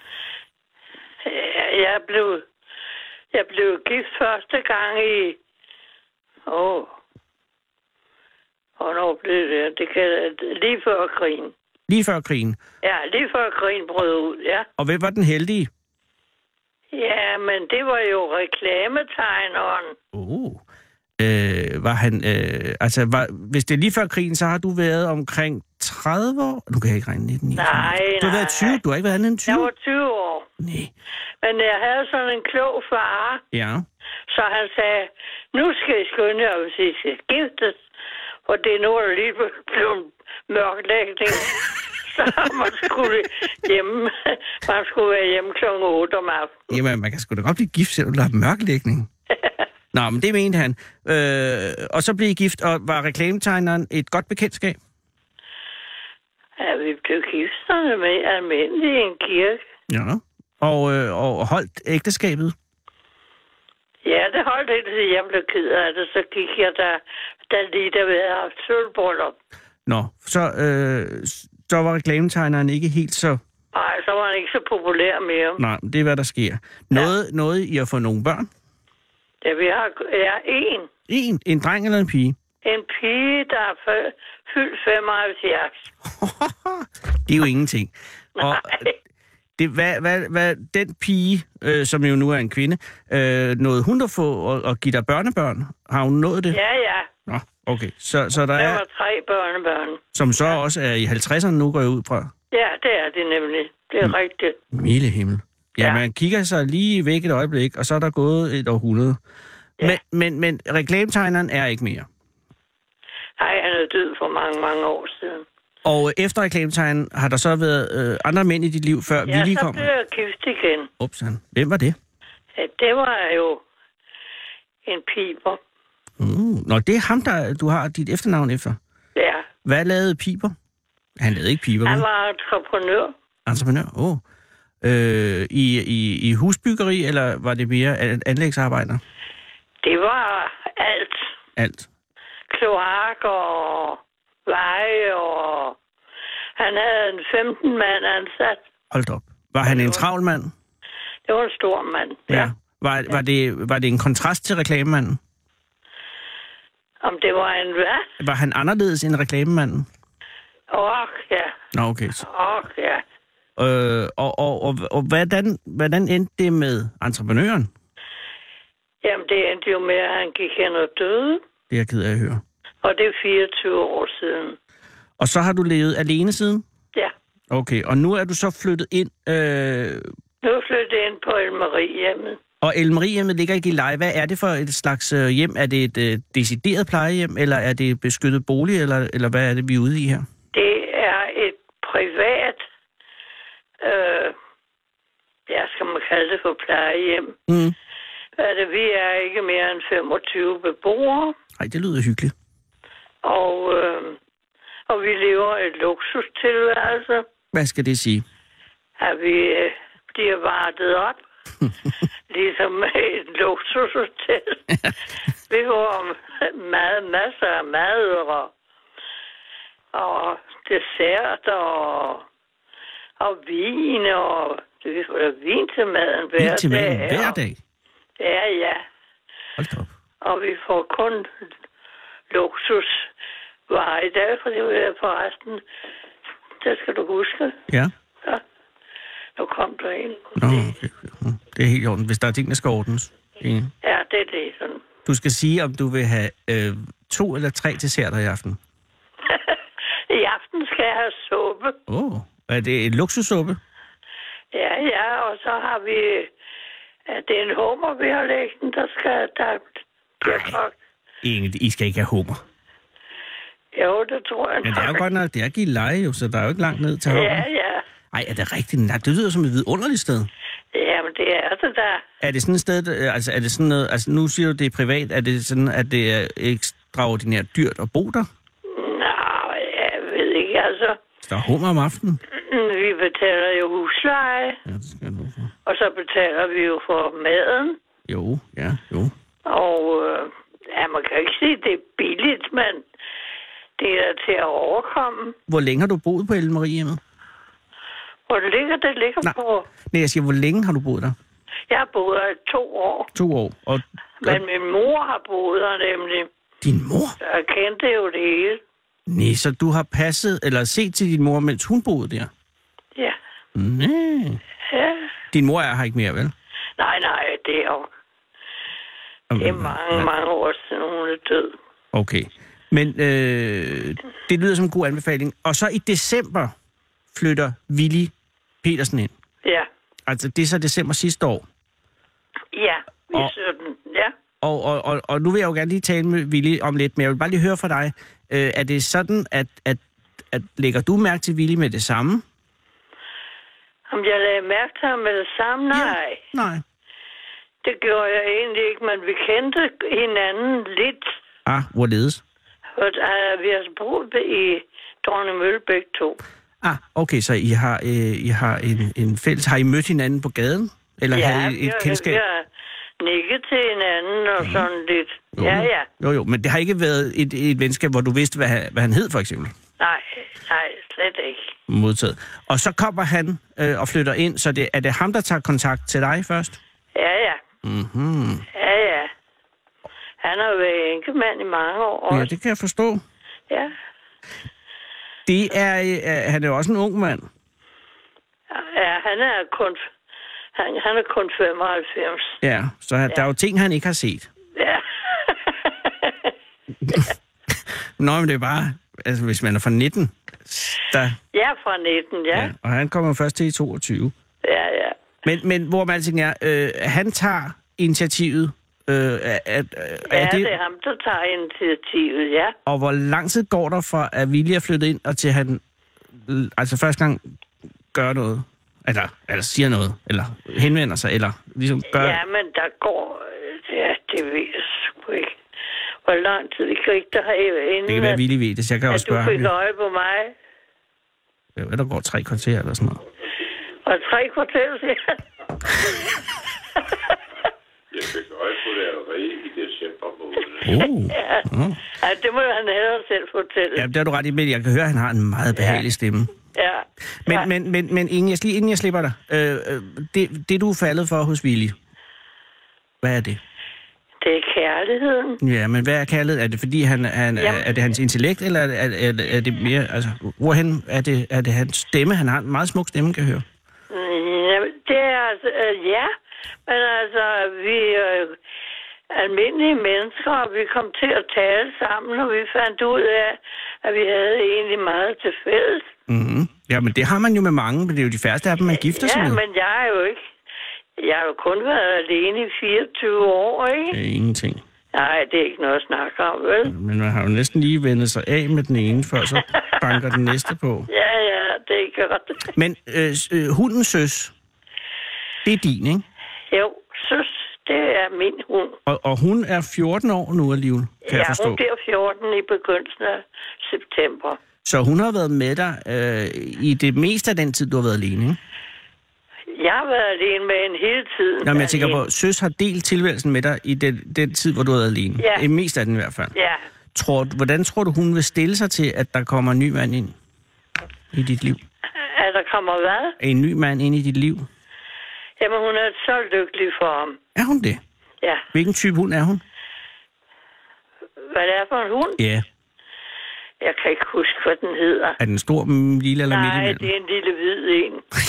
Jeg blev gift første gang i... Hvornår blev det? Det kan lige før krigen. Lige før krigen? Ja, lige før krigen brød ud, ja. Og hvem var den heldige? Ja, men det var jo reklametegneren. Var han... hvis det er lige før krigen, så har du været omkring 30 år? Nu kan jeg ikke regne 19. Nej. Du har været 20? Du har ikke været andet end 20? Jeg var 20 år. Nej. Men jeg havde sådan en klog far. Ja. Så han sagde, nu skal I skynde jer, hvis I skal giftes. For det er nu, der lige blevet mørklægning. Så man skulle være hjemme kl. 8 om aftenen. Jamen, man kan sgu da godt blive gift, selvom der er mørklægning. Nå, men det mente han. Og så blev I gift, og var reklametegneren et godt bekendtskab? Ja, vi blev gift sådan med almindelig i en kirke. Ja. Og holdt ægteskabet? Ja, det holdt ikke, til jeg blev ked af det. Så gik jeg der lige der ved at have sølvbryllup. Nå, så var reklametegneren ikke helt så... Nej, så var han ikke så populær mere. Nej, det er, hvad der sker. Noget I har fået nogle børn? Ja, vi har en. En dreng eller en pige? En pige, der er fyldt 75. Det er jo ingenting. Og det, hvad den pige, som jo nu er en kvinde, nåede hun at få at give dig børnebørn? Har hun nået det? Ja. Nå, okay. Så der er 3 børnebørn. som så også er i 50'erne nu, går jeg ud fra? Ja, det er det nemlig. Det er rigtigt. Milde himmel. Ja, man kigger sig lige væk et øjeblik, og så er der gået et århundrede. Ja. Men reklametegneren er ikke mere? Nej, han er død for mange, mange år siden. Og efter reklametegneren har der så været andre mænd i dit liv, før Willy kom? Ja, så blev jeg gift igen. Upsan. Hvem var det? Ja, det var jo en Piber. Nå, det er ham, der du har dit efternavn efter? Ja. Hvad lavede Piber? Han lavede ikke Piber, Han var entreprenør. Entreprenør? I husbyggeri, eller var det mere anlægsarbejder? Det var alt. Alt? Kloak og veje, og han havde en 15 mand ansat. Hold op. Var han en travl mand? Det var en stor mand, ja. Var det en kontrast til reklamemanden? Om det var en hvad? Var han anderledes end reklamemanden? Ja. Nå, okay. Ja. Og hvordan endte det med entreprenøren? Jamen, det endte jo med, at han gik hen og døde. Det er jeg ked af at høre. Og det er 24 år siden. Og så har du levet alene siden? Ja. Okay, og nu er du så flyttet ind... Nu er jeg flyttet ind på Elmeriehjemmet. Og Elmeriehjemmet ligger i Gilleleje. Hvad er det for et slags hjem? Er det et decideret plejehjem, eller er det et beskyttet bolig, eller hvad er det, vi er ude i her? Det er et privat... skal man kalde det for plejehjem. Vi er ikke mere end 25 beboere. Nej, det lyder hyggeligt. Og vi lever et luksustilværelse. Hvad skal det sige? At vi bliver vartet op. Ligesom et luksushotel. Vi får masser af mad og dessert og vin, og vi får vin til maden hver dag. Vin til maden hver dag? Ja. Hold op. Og vi får kun luksusvarer i dag, for det er forresten. Det skal du huske. Ja. Nu kom der en. Nå, okay. Det er helt i orden, hvis der er ting, der skal ordnes. Ja, det er det sådan. Du skal sige, om du vil have 2 eller 3 desserter i aften. I aften skal jeg have suppe. Er det en luksussuppe? Ja, og så har vi... det er en hummer, vi har lægget, der bliver kogt. I skal ikke have hummer. Jo, det tror jeg. Men det er jo godt nok, det er Gilleleje jo, så der er jo ikke langt ned til hummer. Ja. Ej, er det rigtigt? Nej, det lyder som et vidunderligt sted. Jamen, det er det der. Er det sådan et sted, er det sådan noget, nu siger du, det er privat, er det sådan, at det er ekstraordinært dyrt at bo der? Nej, jeg ved ikke, altså. Der er hummer om aftenen. Vi betaler jo husleje. Ja, det skal du for. Og så betaler vi jo for maden. Jo. Og man kan ikke sige, at det er billigt, men det er til at overkomme. Hvor længe har du boet på Elmeriehjemmet? Hvor ligger det? Ligger på... Nej, jeg siger, hvor længe har du boet der? Jeg har boet der i 2 år. 2 år? Men min mor har boet der nemlig. Din mor? Jeg kendte jo det hele. Nej, så du har passet eller set til din mor, mens hun boede der? Ja. Nej. Ja. Din mor er her ikke mere, vel? Nej, det er jo... Det er mange år siden, hun er død. Okay. Men det lyder som en god anbefaling. Og så i december flytter Willy Petersen ind. Ja. Altså, det er så december sidste år. Ja, i 17, ja. Og nu vil jeg jo gerne lige tale med Willy om lidt, men jeg vil bare lige høre fra dig. Er det sådan, at lægger du mærke til Willy med det samme? Om jeg lagde mærke til ham med det samme? Nej. Ja, nej. Det gjorde jeg egentlig ikke, men vi kendte hinanden lidt. Hvorledes? Vi har boet i Dronningmølle begge to. Okay, så I har en fælles... Har I mødt hinanden på gaden? Eller havde I et kendskab? Ja, vi har nikket til hinanden og sådan lidt. Jo, men det har ikke været et venskab, hvor du vidste, hvad han hed, for eksempel? Nej, slet ikke. Modtaget. Og så kommer han og flytter ind, så er det ham, der tager kontakt til dig først? Ja. Mhm. Ja. Han har været enkemand i mange år. Ja, det kan jeg forstå. Ja. Det er, han er jo også en ung mand. Ja, han er kun 95. Ja, så der er jo ting, han ikke har set. Ja. Nå, men det er bare, altså hvis man er fra 19, der... Ja, fra 19, ja. Og han kommer først til i 22. Ja. Men hvor man alting er, han tager initiativet. Det er ham, der tager initiativet, ja. Og hvor lang tid går der fra, at Willy er flyttet ind, og til han altså første gang gør noget? Eller siger noget? Eller henvender sig? Eller ligesom gør... Ja, men der går... Ja, det ved jeg sgu ikke. Hvor lang tid vi gik der inden... Det kan være Willy ved det, så jeg kan også spørge ham. At du fik øje på mig. Ja, der går 3 kvarter eller sådan noget. Og 3 kvarter, siger jeg. Jeg fik øje på det allerede i december måned. Ja, det må han hellere selv fortælle. Ja, det er du ret i, men jeg kan høre, at han har en meget behagelig stemme. Ja. Men inden jeg slipper dig, det du er faldet for hos Willy, hvad er det? Det er kærligheden. Ja, men hvad er kærlighed? Er det fordi, er det hans intellekt, eller er det mere... Altså, hvorhen er det hans stemme? Han har en meget smuk stemme, kan jeg høre. Ja, det er altså... Ja, men altså, vi er almindelige mennesker, og vi kom til at tale sammen, og vi fandt ud af, at vi havde egentlig meget til fælles. Mm-hmm. Ja, men det har man jo med mange, men det er jo de færreste af dem, man gifter sig med. Ja, men jeg er jo ikke... Jeg har jo kun været alene i 24 år, ikke? Det er ingenting. Nej, det er ikke noget at snakke om, vel? Men man har jo næsten lige vendt sig af med den ene, før så banker den næste på. Ja, det er godt. Men hundens søs, det er din, ikke? Jo, søs, det er min hund. Og hun er 14 år nu alligevel, kan jeg forstå. Ja, hun bliver 14 i begyndelsen af september. Så hun har været med dig i det meste af den tid, du har været alene, ikke? Jeg har været alene med en hele tiden. Nå, men jeg tænker på, søs har delt tilværelsen med dig i den tid, hvor du har været alene. Ja. I mest af den i hvert fald. Ja. Hvordan tror du, hun vil stille sig til, at der kommer en ny mand ind i dit liv? At der kommer hvad? En ny mand ind i dit liv? Jamen, hun er så lykkelig for ham. Er hun det? Ja. Hvilken type hund er hun? Hvad det er for en hund? Ja. Jeg kan ikke huske, hvad den hedder. Er den stor, lille eller midt imellem? Nej, det er en lille hvid en.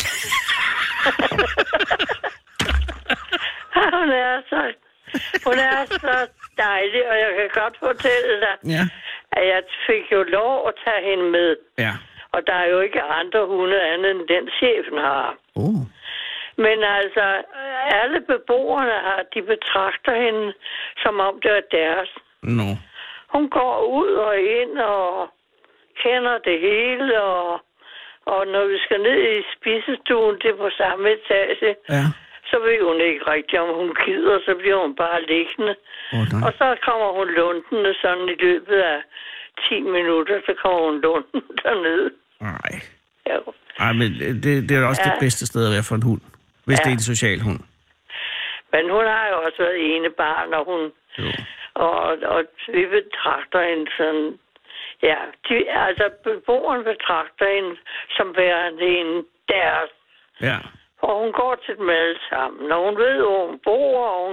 Hun er så dejlig, og jeg kan godt fortælle dig, at jeg fik jo lov at tage hende med. Ja. Og der er jo ikke andre hunde andet end den chefen har. Men altså, alle beboerne her, de betragter hende, som om det er deres. No. Hun går ud og ind og kender det hele, og når vi skal ned i spisestuen, det er på samme etage, så ved hun ikke rigtigt, om hun gider, så bliver hun bare liggende. Og så kommer hun lundende sådan i løbet af 10 minutter, så kommer hun lundende dernede. Nej. Ja. Ej, men det er også det bedste sted at være for en hund, hvis det er en social hund. Men hun har jo også været ene barn, og hun... Og vi betragter hende sådan... Ja, altså beboeren betragter hende som værende en deres. Ja. Og hun går til dem alle sammen, og hun ved, hvor hun bor, og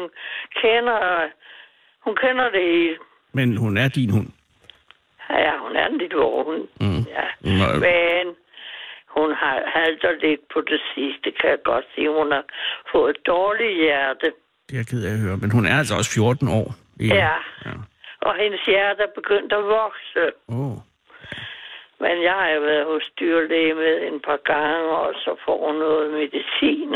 hun kender det hele. Men hun er din hund? Ja, hun er en lille hund. Ja. Men hun har halter lidt på det sidste, kan jeg godt sige. Hun har fået et dårligt hjerte. Det er jeg ked af at høre, men hun er altså også 14 år. Ja. Og hendes hjerte er begyndt at vokse. Men jeg har jo været hos dyrlæge med en par gange, og så får hun noget medicin,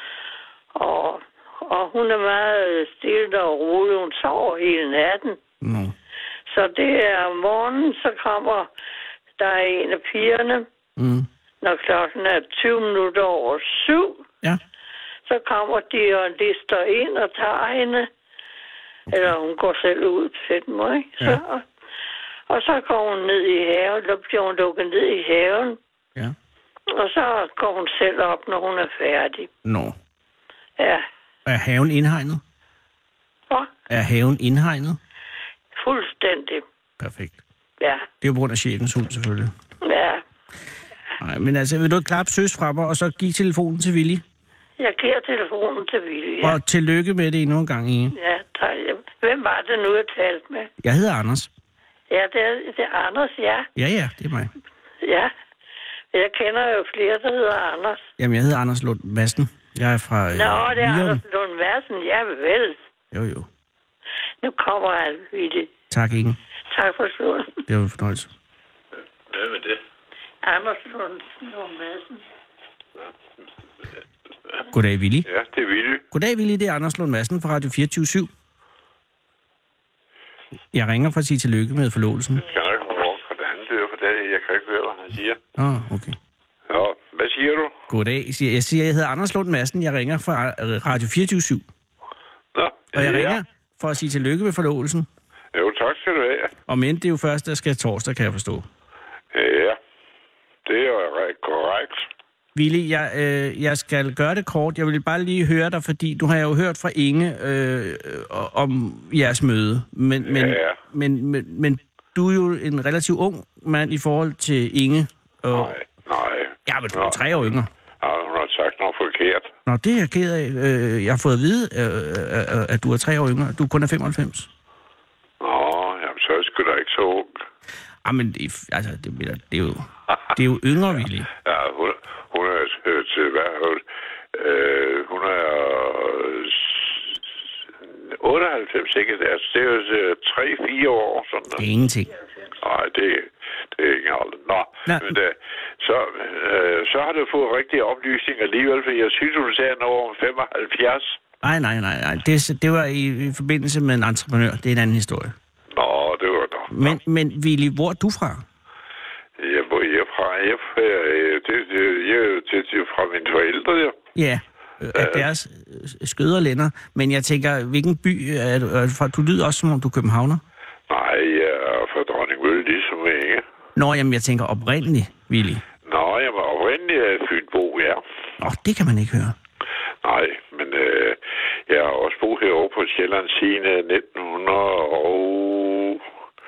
og hun er meget stille og rolig. Hun sover hele natten. Så det er om morgenen, så kommer der en af pigerne, når klokken er 20 minutter over 7. Ja. Så kommer de og lister ind og tager hende. Eller hun går selv ud til dem, ikke? Ja. Og så går hun ned i haven, så bliver hun lukket ned i haven. Ja. Og så går hun selv op, når hun er færdig. Ja. Er haven indhegnet? Hvad? Er haven indhegnet? Fuldstændig. Perfekt. Ja. Det er jo på grund af chefens hund, selvfølgelig. Ja. Nej, men altså, vil du ikke klappe søs fra mig, og så give telefonen til Willy? Jeg giver telefonen til Willy, ja. Og tillykke med det endnu en gang, Inge. Ja, tak. Hvem var det nu, jeg talte med? Jeg hedder Anders. Ja, det er Anders, ja. Ja, det er mig. Ja. Jeg kender jo flere, der hedder Anders. Jamen, jeg hedder Anders Lund Madsen. Jeg er fra... Nå, det er Anders Lund Madsen. Ja, vel. Jo. Nu kommer han videre. Tak, Inge. Tak for slutten. Det var en fornøjelse. Hvad med det? Anders Lund Madsen. Goddag, Willy. Ja, det er Willy. Goddag, Willy. Det er Anders Lund Madsen fra Radio 24/7. Jeg ringer for at sige tillykke med forlovelsen. Jeg kan ikke høre, hvordan det er, for det. Jeg kan ikke høre, hvad han siger. Okay. Ja, hvad siger du? Goddag. Jeg siger, jeg hedder Anders Lund Madsen. Jeg ringer fra Radio 24/7. Nå, Og jeg ringer for at sige tillykke med forlovelsen. Jo, tak skal du have. Og men det er jo først, der skal torsdag, kan jeg forstå. Ja, det er jo korrekt. Willy, jeg skal gøre det kort. Jeg vil bare lige høre dig, fordi du har jo hørt fra Inge om jeres møde. Men du er jo en relativt ung mand i forhold til Inge. Nej. Ja, men du er 3 år yngre. Ja, hun har sagt noget forkert. Nå, det er jeg ked af. Jeg har fået at vide, at du er 3 år yngre. Du kun er 95. Nå, jamen så er jeg sgu da ikke så ung. Men det er jo yngre, Willy. Ja, hun er til hvad? Hun er 98, ikke? Det er jo 3-4 år. Sådan det er ingenting. Nej, det er ikke aldrig. Nå, men så har du fået rigtige oplysninger alligevel, for jeg synes, du sagde noget om 75. Nej. Det var i forbindelse med en entreprenør. Det er en anden historie. Nå, det var da. Men Willy, hvor er du fra? Hvor er jeg fra? Jeg er fra mine forældre, jo. Ja, at deres skøderlænder. Men jeg tænker, hvilken by er du fra? Du lyder også, som om du er københavner. Nej, jeg er fra Dronningmølle, ligesom ikke. Nå, jamen, jeg tænker oprindeligt, Willy. Nå, jeg var oprindeligt af Fynbo, ja. Nå, det kan man ikke høre. Nej, men jeg har også boet herovre på Sjælland siden 1905.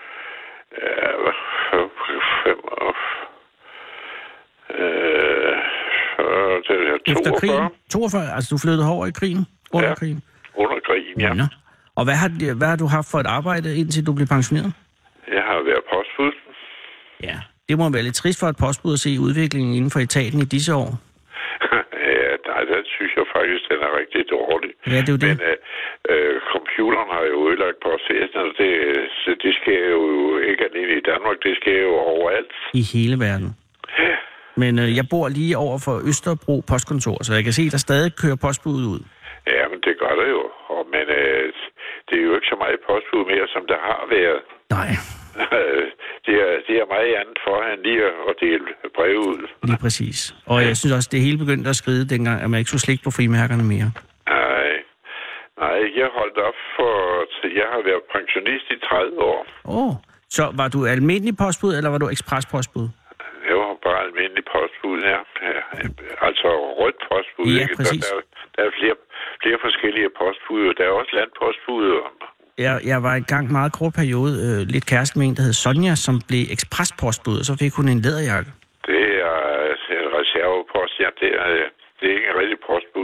Efter krigen? 42? Altså, du flyttede over i krigen? Under krigen? Under krigen, ja. Og hvad har du haft for et arbejde, indtil du blev pensioneret? Jeg har været postbud. Ja, det må være lidt trist for et postbud at se udviklingen inden for etaten i disse år. Ja, nej, det synes jeg faktisk, den er rigtig dårlig. Ja, det er jo det. Men computeren har jo ødelagt postvæsenet, det sker jo ikke alene i Danmark, det sker jo overalt. I hele verden. Ja. Men jeg bor lige over for Østerbro postkontor, så jeg kan se, at der stadig kører postbuddet ud. Ja, men det gør det jo. Men det er jo ikke så meget postbud mere, som der har været. Nej. Det er meget andet for, end lige at dele brev ud. Lige præcis. Og jeg synes også, det hele begyndte at skride dengang, at man ikke skulle slikke på frimærkerne mere. Nej, jeg holdt op for... Jeg har været pensionist i 30 år. Så var du almindelig postbud, eller var du eksprespostbud? Jeg var bare almindelig postbud, ja. Altså rødt postbud. Ja, præcis. Der er flere forskellige postbud. Der er også landpostbud. Jeg var engang meget kort periode lidt kæreste med en, der hed Sonja, som blev eksprespostbud, og så fik hun en læderjakke. Det er en reservepost, ja. Det er ikke en rigtig postbud.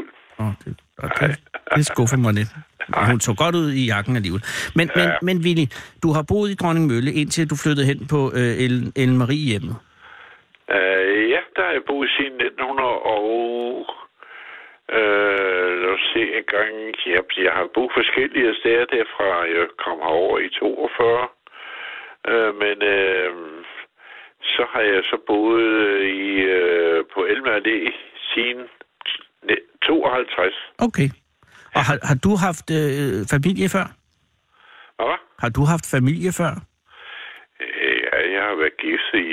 Det skuffer mig lidt. Hun så godt ud i jakken alligevel. Men Willy, du har boet i Dronningmølle, indtil du flyttede hen på Ellen Marie hjemmet. Ja, der har jeg boet siden 1900 og... lad os se en gang. Jeg har boet forskellige steder derfra. Jeg kom herover i 42. Men så har jeg så boet på Elme Allé siden 52. Okay. Og har du haft familie før? Hvad? Har du haft familie før? Ja, jeg har været gift i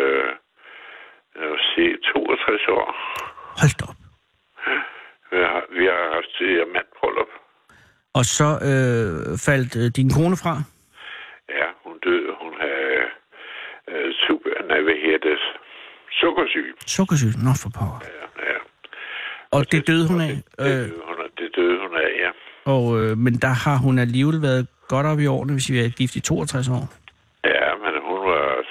62 år. Hold da op. Vi har haft diamantbryllup. Og så faldt din kone fra? Ja, hun døde. Hun havde sukkersyg. Sukkersyg? Nå, for pokker. Ja. Og det døde hun af? Det døde hun af, ja. Men der har hun alligevel været godt op i årene, hvis vi er gift i 62 år? Ja, men hun er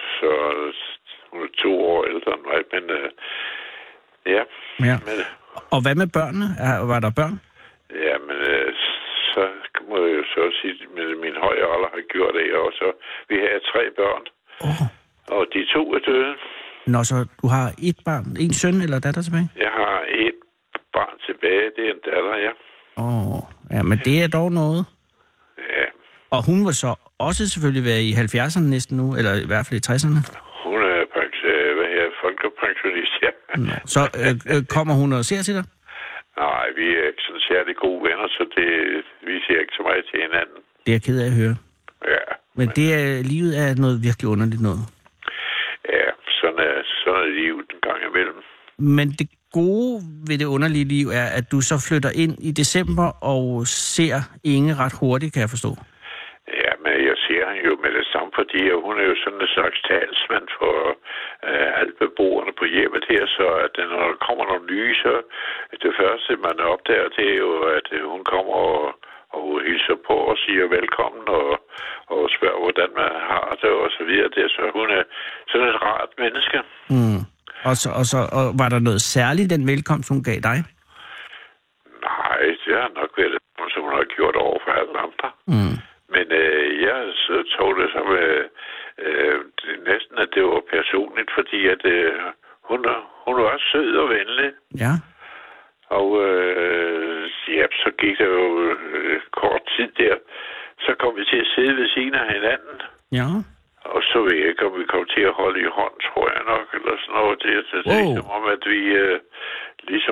2 år ældre end mig, men ja. Men, og hvad med børnene? Var der børn? Ja, men så må jeg så sige, med min høje alder har gjort det. Og så vi har 3 børn. Og de 2 er døde. Nå, så du har et barn, en søn eller datter tilbage? Jeg har et barn tilbage, det er en datter, ja. Ja, men det er dog noget. Ja. Og hun var så også selvfølgelig være i 70'erne næsten nu, eller i hvert fald i 60'erne? Hun er folkepensionist, ja. Så kommer hun og ser til dig? Nej, vi er ikke sådan særlig gode venner, så vi ser ikke så meget til hinanden. Det er jeg ked af at høre. Ja. Men livet er noget virkelig underligt noget. Ja, sådan er livet en gang imellem. Men det gode ved det underlige liv er, at du så flytter ind i december og ser Inge ret hurtigt, kan jeg forstå. Ja, men jeg ser hende jo med det samme, fordi hun er jo sådan en slags talsmand for alle beboerne på hjemmet her, så at når der kommer nogle nye, så det første, man opdager, det er jo, at hun kommer og hilser på og siger velkommen og spørger, hvordan man har det og så videre. Så hun er sådan et rart menneske. Mm. Og var der noget særligt, den velkomst, hun gav dig? Nej, det har nok været det, som hun har gjort over for alle andre. Mm. Men jeg tog det som næsten, at det var personligt, fordi at hun var sød og venlig. Ja. Og så gik der jo kort tid der. Så kom vi til at sidde ved siden af hinanden. Ja. Og så ved jeg ikke, om vi kom til at holde i hånd, tror jeg nok, eller sådan noget. Det er ligesom om, at vi ligesom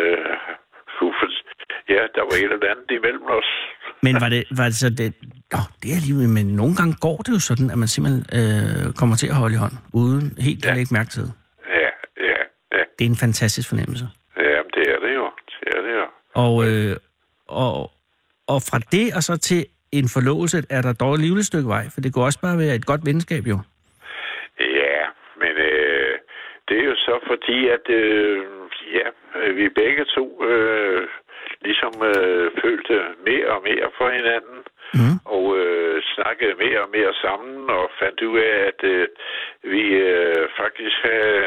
ja, der var et eller andet imellem os. Men var det så det... det er alligevel, men nogle gange går det jo sådan, at man simpelthen kommer til at holde i hånd, uden helt at lægge mærke til det. Ja. Det er en fantastisk fornemmelse. Ja, det er det jo. Og fra det og så til en forlovelse, er der dog alligevel et stykke vej, for det kunne også bare være et godt venskab, jo. Ja, men det er jo så fordi, at vi begge to ligesom følte mere og mere for hinanden, og snakkede mere og mere sammen, og fandt ud af, at vi faktisk havde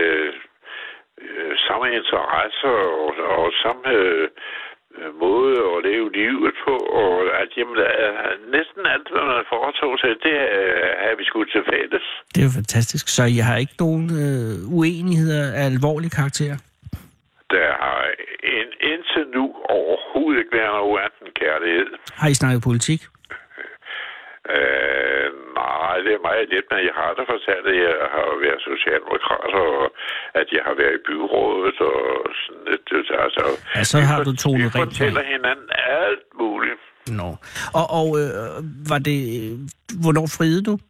samme interesser og samme måde at leve livet på, og at næsten alt, hvad man foretog sig, det har vi sgu til fælles. Det er jo fantastisk. Så I har ikke nogen uenigheder af alvorlig karakter? Der har indtil nu overhovedet ikke været noget uanten kærlighed. Har I snakket politik? Nej, det er meget lidt, men jeg har da fortalt, at jeg har været socialdemokrat, og at jeg har været i byrådet, og sådan lidt. Så har du tonet rent. Vi fortæller hinanden alt muligt. Nå. Og var det... Hvornår friede du?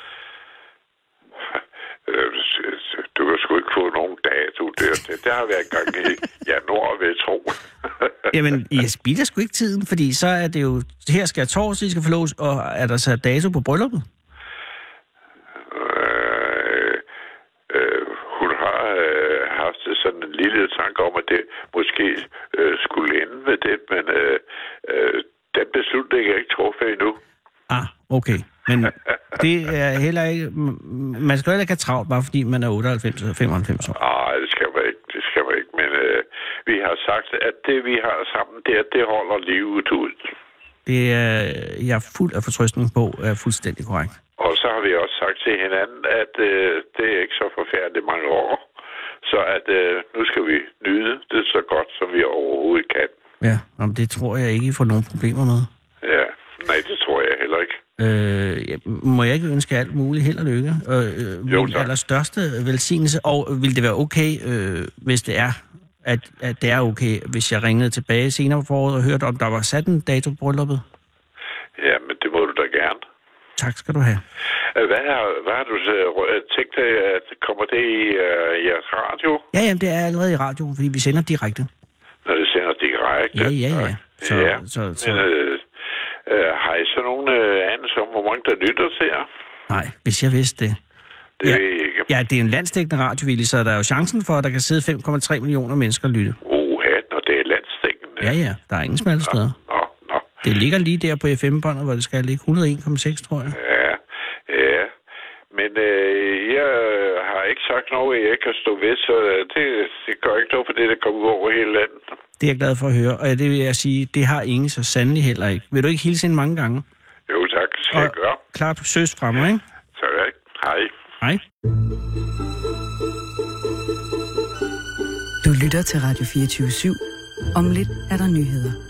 Du kan sgu ikke få nogen dato. Det har været en gang i januar, vil jeg tro. Jamen, I spilder sgu ikke tiden, fordi så er det jo... Her skal torsdag, I skal forloves, og er der så dato på brylluppet? Hun har haft sådan en lille tanke om, at det måske skulle ende med det, men den beslutning er ikke truffet endnu. Okay. Men det er heller ikke... Man skal heller ikke have travlt, bare fordi man er 98 eller 95 år. Nej, det skal man ikke. Men vi har sagt, at det, vi har sammen der, det holder livet ud. Det er jeg er fuld af fortrøstning på, er fuldstændig korrekt. Og så har vi også sagt til hinanden, at det er ikke så forfærdeligt mange år. Så at nu skal vi nyde det så godt, som vi overhovedet kan. Ja, men det tror jeg ikke, I får nogen problemer med. Ja, nej, det tror jeg heller ikke. Må jeg ikke ønske alt muligt held og lykke? Min allerstørste velsignelse, og vil det være okay, hvis det er, at det er okay, hvis jeg ringede tilbage senere på foråret og hørte, om der var sat en dato på brylluppet? Ja, men det må du da gerne. Tak skal du have. Hvad har du tænkt dig, at kommer det i jeres radio? Ja, jamen, det er allerede i radioen, fordi vi sender direkte. Når det sender direkte? Ja. Så. Har I så nogen anelse om, hvor mange der lytter til jer? Nej, hvis jeg vidste det. Det ved jeg ikke. Ja, det er en landsdækkende radio, Willy, så der er jo chancen for, at der kan sidde 5,3 millioner mennesker og lytte. Når det er landsdækkende. Ja, der er ingen smalle steder. Nå. Det ligger lige der på FM-båndet, hvor det skal ligge 101,6, tror jeg. Ja. Men jeg har ikke sagt noget, jeg ikke kan stå ved, så det gør ikke noget for det, der kommer ud over hele landet. Det er jeg glad for at høre, og det vil jeg sige, det har ingen så sandelig heller ikke. Vil du ikke hilse hende mange gange? Jo, tak. Det skal jeg gøre. Klart søs fra mig, ikke? Så er det. Hej. Hej. Du lytter til Radio 24/7. Om lidt er der nyheder.